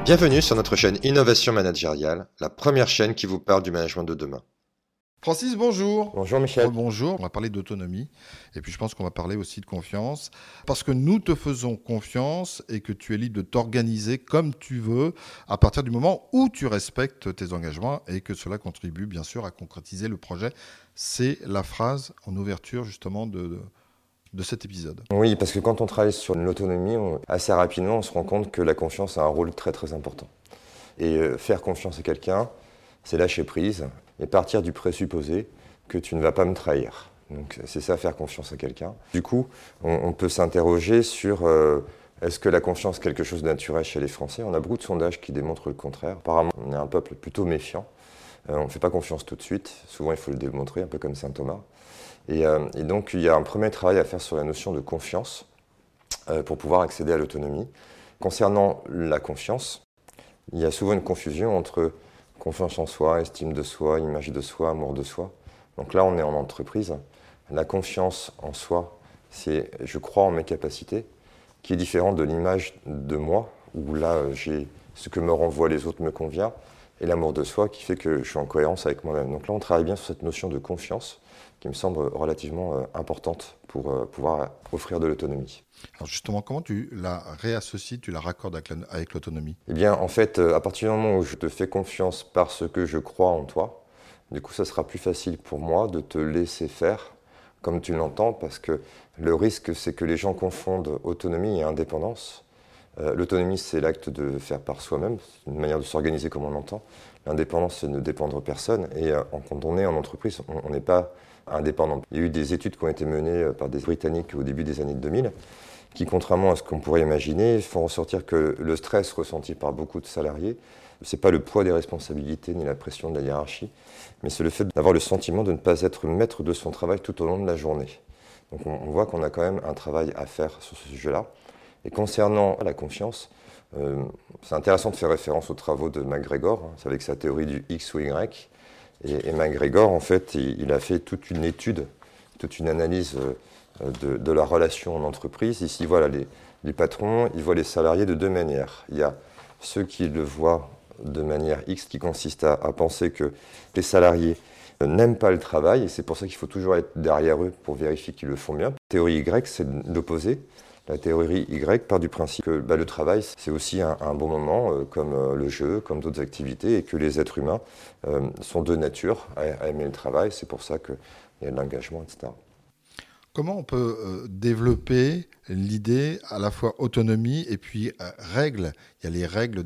Bienvenue sur notre chaîne Innovation Managériale, la première chaîne qui vous parle du management de demain. Francis, bonjour. Bonjour Michel. Bonjour, on va parler d'autonomie et puis je pense qu'on va parler aussi de confiance parce que nous te faisons confiance et que tu es libre de t'organiser comme tu veux à partir du moment où tu respectes tes engagements et que cela contribue bien sûr à concrétiser le projet. C'est la phrase en ouverture justement de cet épisode. Oui, parce que quand on travaille sur l'autonomie, assez rapidement, on se rend compte que la confiance a un rôle très très important. Et faire confiance à quelqu'un, c'est lâcher prise et partir du présupposé que tu ne vas pas me trahir. Donc c'est ça, faire confiance à quelqu'un. Du coup, on peut s'interroger sur est-ce que la confiance est quelque chose de naturel chez les Français ? On a beaucoup de sondages qui démontrent le contraire. Apparemment, on est un peuple plutôt méfiant. On ne fait pas confiance tout de suite. Souvent, il faut le démontrer, un peu comme saint Thomas. Et donc, il y a un premier travail à faire sur la notion de confiance pour pouvoir accéder à l'autonomie. Concernant la confiance, il y a souvent une confusion entre confiance en soi, estime de soi, image de soi, amour de soi. Donc là, on est en entreprise. La confiance en soi, c'est « je crois en mes capacités », qui est différent de l'image de moi, où là, ce que me renvoient les autres me convient, et l'amour de soi qui fait que je suis en cohérence avec moi-même. Donc là, on travaille bien sur cette notion de confiance qui me semble relativement importante pour pouvoir offrir de l'autonomie. Alors justement, comment tu la réassocies, tu la raccordes avec l'autonomie ? Eh bien, en fait, à partir du moment où je te fais confiance parce que je crois en toi, du coup, ça sera plus facile pour moi de te laisser faire comme tu l'entends, parce que le risque, c'est que les gens confondent autonomie et indépendance. L'autonomie, c'est l'acte de faire par soi-même, c'est une manière de s'organiser comme on l'entend. L'indépendance, c'est ne dépendre de personne. Et quand on est en entreprise, on n'est pas indépendant. Il y a eu des études qui ont été menées par des Britanniques au début des années 2000, qui, contrairement à ce qu'on pourrait imaginer, font ressortir que le stress ressenti par beaucoup de salariés, ce n'est pas le poids des responsabilités ni la pression de la hiérarchie, mais c'est le fait d'avoir le sentiment de ne pas être maître de son travail tout au long de la journée. Donc on voit qu'on a quand même un travail à faire sur ce sujet-là. Et concernant la confiance, c'est intéressant de faire référence aux travaux de McGregor, c'est avec sa théorie du X ou Y. Et McGregor, en fait, il a fait toute une étude, toute une analyse de la relation en entreprise. Ici, voilà, les patrons, ils voient les salariés de deux manières. Il y a ceux qui le voient de manière X, qui consiste à penser que les salariés n'aiment pas le travail, et c'est pour ça qu'il faut toujours être derrière eux pour vérifier qu'ils le font bien. La théorie Y, c'est l'opposé. La théorie Y part du principe que le travail, c'est aussi un bon moment, comme le jeu, comme d'autres activités, et que les êtres humains sont de nature à aimer le travail. C'est pour ça qu'il y a de l'engagement, etc. Comment on peut développer l'idée à la fois autonomie et puis règles ? Il y a les règles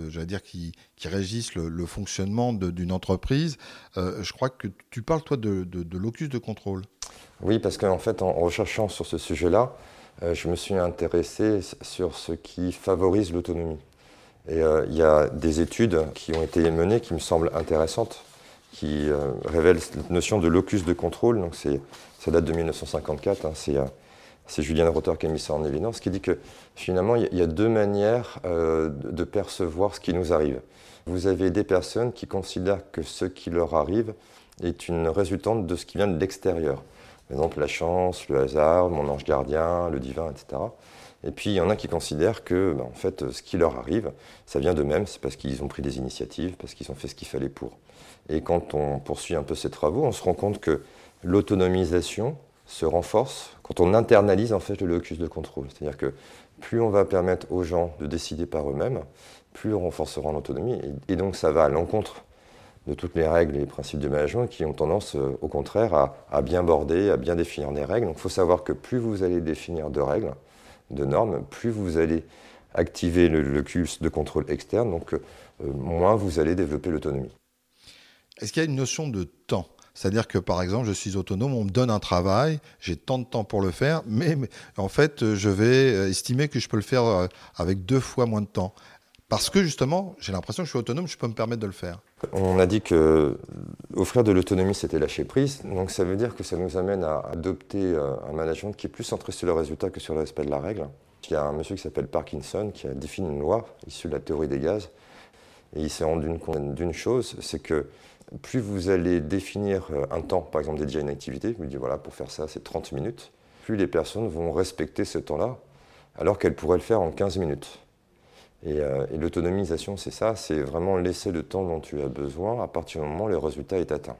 qui régissent le fonctionnement d'une entreprise. Je crois que tu parles, toi, de locus de contrôle. Oui, parce qu'en fait, en recherchant sur ce sujet-là, je me suis intéressé sur ce qui favorise l'autonomie. Et il y a des études qui ont été menées qui me semblent intéressantes, qui révèlent cette notion de locus de contrôle. Donc ça date de 1954, c'est Julian Rotter qui a mis ça en évidence, qui dit que finalement il y a deux manières de percevoir ce qui nous arrive. Vous avez des personnes qui considèrent que ce qui leur arrive est une résultante de ce qui vient de l'extérieur. Par exemple, la chance, le hasard, mon ange gardien, le divin, etc. Et puis, il y en a qui considèrent que, en fait, ce qui leur arrive, ça vient d'eux-mêmes, c'est parce qu'ils ont pris des initiatives, parce qu'ils ont fait ce qu'il fallait pour. Et quand on poursuit un peu ces travaux, on se rend compte que l'autonomisation se renforce quand on internalise, en fait, le locus de contrôle. C'est-à-dire que plus on va permettre aux gens de décider par eux-mêmes, plus on renforcera l'autonomie. Et donc, ça va à l'encontre de toutes les règles et les principes de management qui ont tendance, au contraire, à bien border, à bien définir des règles. Donc il faut savoir que plus vous allez définir de règles, de normes, plus vous allez activer le locus de contrôle externe, donc moins vous allez développer l'autonomie. Est-ce qu'il y a une notion de temps ? C'est-à-dire que, par exemple, je suis autonome, on me donne un travail, j'ai tant de temps pour le faire, mais en fait, je vais estimer que je peux le faire avec 2 fois moins de temps. Parce que, justement, j'ai l'impression que je suis autonome, je peux me permettre de le faire. On a dit que offrir de l'autonomie, c'était lâcher prise. Donc ça veut dire que ça nous amène à adopter un management qui est plus centré sur le résultat que sur le respect de la règle. Il y a un monsieur qui s'appelle Parkinson qui a défini une loi issue de la théorie des gaz. Et il s'est rendu compte d'une chose, c'est que plus vous allez définir un temps, par exemple dédié à une activité, vous dites voilà, pour faire ça, c'est 30 minutes, plus les personnes vont respecter ce temps-là, alors qu'elles pourraient le faire en 15 minutes. Et l'autonomisation, c'est ça, c'est vraiment laisser le temps dont tu as besoin à partir du moment où le résultat est atteint.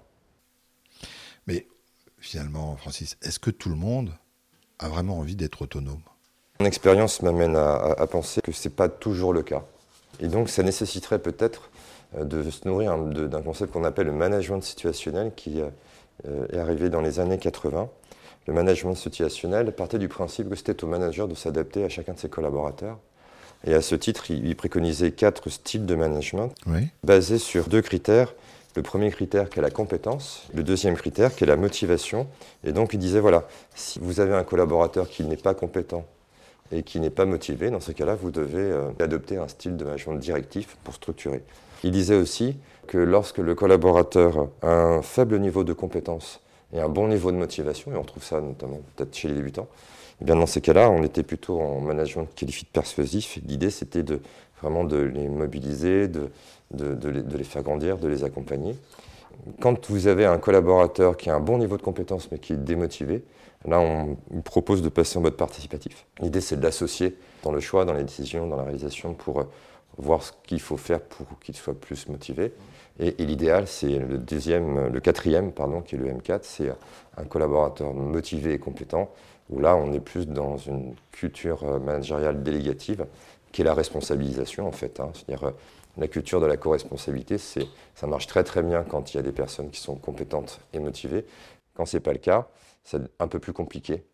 Mais finalement, Francis, est-ce que tout le monde a vraiment envie d'être autonome ? Mon expérience m'amène à penser que ce n'est pas toujours le cas. Et donc ça nécessiterait peut-être de se nourrir d'un concept qu'on appelle le management situationnel qui est arrivé dans les années 80. Le management situationnel partait du principe que c'était au manager de s'adapter à chacun de ses collaborateurs. Et à ce titre, il préconisait 4 styles de management basés sur 2 critères. Le premier critère qui est la compétence, le deuxième critère qui est la motivation. Et donc il disait, voilà, si vous avez un collaborateur qui n'est pas compétent et qui n'est pas motivé, dans ce cas-là, vous devez adopter un style de management directif pour structurer. Il disait aussi que lorsque le collaborateur a un faible niveau de compétence et un bon niveau de motivation, et on trouve ça notamment peut-être chez les débutants, et bien dans ces cas-là, on était plutôt en management qualifié de persuasif. L'idée, c'était vraiment de les mobiliser, de les faire grandir, de les accompagner. Quand vous avez un collaborateur qui a un bon niveau de compétence mais qui est démotivé, là, on propose de passer en mode participatif. L'idée, c'est de l'associer dans le choix, dans les décisions, dans la réalisation pour voir ce qu'il faut faire pour qu'il soit plus motivé. Et l'idéal, c'est le quatrième, qui est le M4, c'est un collaborateur motivé et compétent, où là, on est plus dans une culture managériale délégative, qui est la responsabilisation, en fait. C'est-à-dire, la culture de la co-responsabilité, ça marche très très bien quand il y a des personnes qui sont compétentes et motivées. Quand ce n'est pas le cas, c'est un peu plus compliqué.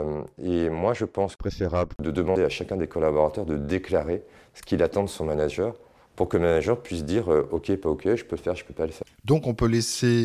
Et moi, je pense préférable de demander à chacun des collaborateurs de déclarer ce qu'il attend de son manager pour que le manager puisse dire OK, pas OK, je peux le faire, je ne peux pas le faire. Donc on peut laisser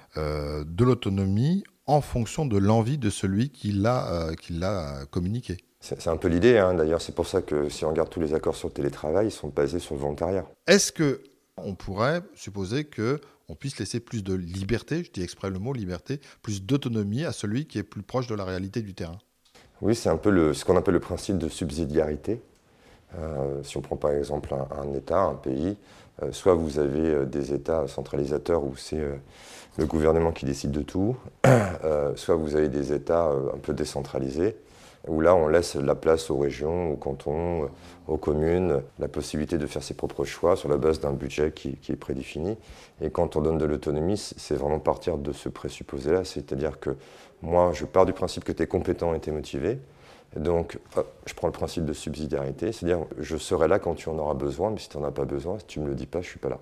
de l'autonomie en fonction de l'envie de celui qui l'a communiqué. C'est un peu l'idée, d'ailleurs, c'est pour ça que si on regarde tous les accords sur le télétravail, ils sont basés sur le volontariat. Est-ce qu'on pourrait supposer qu'on puisse laisser plus de liberté, je dis exprès le mot liberté, plus d'autonomie à celui qui est plus proche de la réalité du terrain ? Oui, c'est un peu ce qu'on appelle le principe de subsidiarité. Si on prend par exemple un État, un pays, soit vous avez des États centralisateurs où c'est le gouvernement qui décide de tout, soit vous avez des États un peu décentralisés, où là on laisse la place aux régions, aux cantons, aux communes, la possibilité de faire ses propres choix sur la base d'un budget qui est prédéfini. Et quand on donne de l'autonomie, c'est vraiment partir de ce présupposé-là, c'est-à-dire que moi je pars du principe que tu es compétent et tu es motivé. Donc, je prends le principe de subsidiarité, c'est-à-dire je serai là quand tu en auras besoin, mais si tu n'en as pas besoin, si tu ne me le dis pas, je ne suis pas là.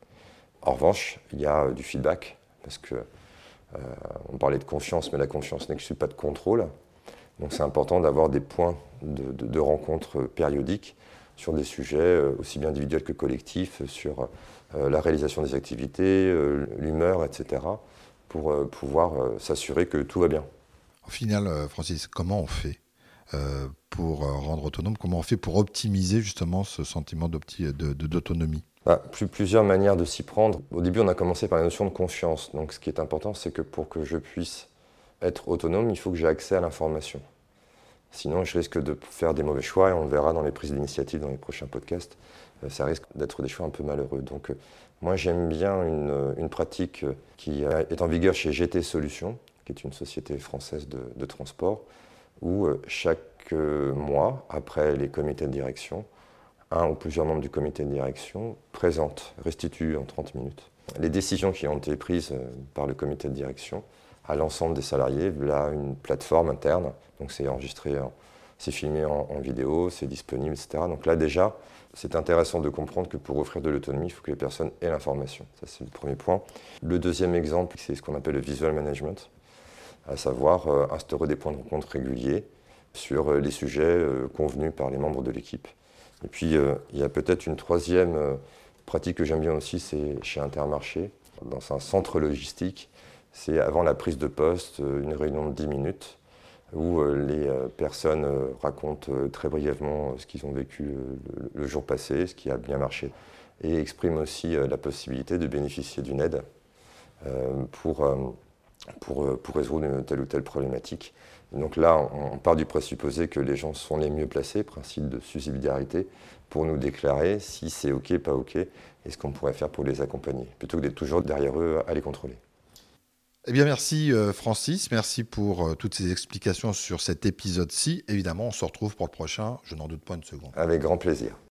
En revanche, il y a du feedback, parce que on parlait de confiance, mais la confiance n'exclut pas de contrôle. Donc c'est important d'avoir des points de rencontre périodiques sur des sujets aussi bien individuels que collectifs, sur la réalisation des activités, l'humeur, etc., pour pouvoir s'assurer que tout va bien. Au final, Francis, comment on fait pour rendre autonome, comment on fait pour optimiser justement ce sentiment d'autonomie ? Plusieurs manières de s'y prendre. Au début, on a commencé par la notion de confiance. Donc ce qui est important, c'est que pour que je puisse être autonome, il faut que j'ai accès à l'information. Sinon, je risque de faire des mauvais choix et on le verra dans les prises d'initiative, dans les prochains podcasts. Ça risque d'être des choix un peu malheureux. Donc moi, j'aime bien une pratique qui est en vigueur chez GT Solutions, qui est une société française de transport, où chaque mois, après les comités de direction, un ou plusieurs membres du comité de direction restituent en 30 minutes les décisions qui ont été prises par le comité de direction à l'ensemble des salariés via une plateforme interne. Donc c'est enregistré, c'est filmé en vidéo, c'est disponible, etc. Donc là déjà, c'est intéressant de comprendre que pour offrir de l'autonomie, il faut que les personnes aient l'information. Ça c'est le premier point. Le deuxième exemple, c'est ce qu'on appelle le visual management, à savoir instaurer des points de rencontre réguliers sur les sujets convenus par les membres de l'équipe. Et puis, il y a peut-être une troisième pratique que j'aime bien aussi, c'est chez Intermarché, dans un centre logistique. C'est avant la prise de poste, une réunion de 10 minutes, où les personnes racontent très brièvement ce qu'ils ont vécu le jour passé, ce qui a bien marché, et expriment aussi la possibilité de bénéficier d'une aide pour résoudre une telle ou telle problématique. Donc là, on part du présupposé que les gens sont les mieux placés, principe de subsidiarité, pour nous déclarer si c'est OK, pas OK, et ce qu'on pourrait faire pour les accompagner, plutôt que d'être toujours derrière eux à les contrôler. Eh bien, merci Francis, merci pour toutes ces explications sur cet épisode-ci. Évidemment, on se retrouve pour le prochain, je n'en doute pas une seconde. Avec grand plaisir.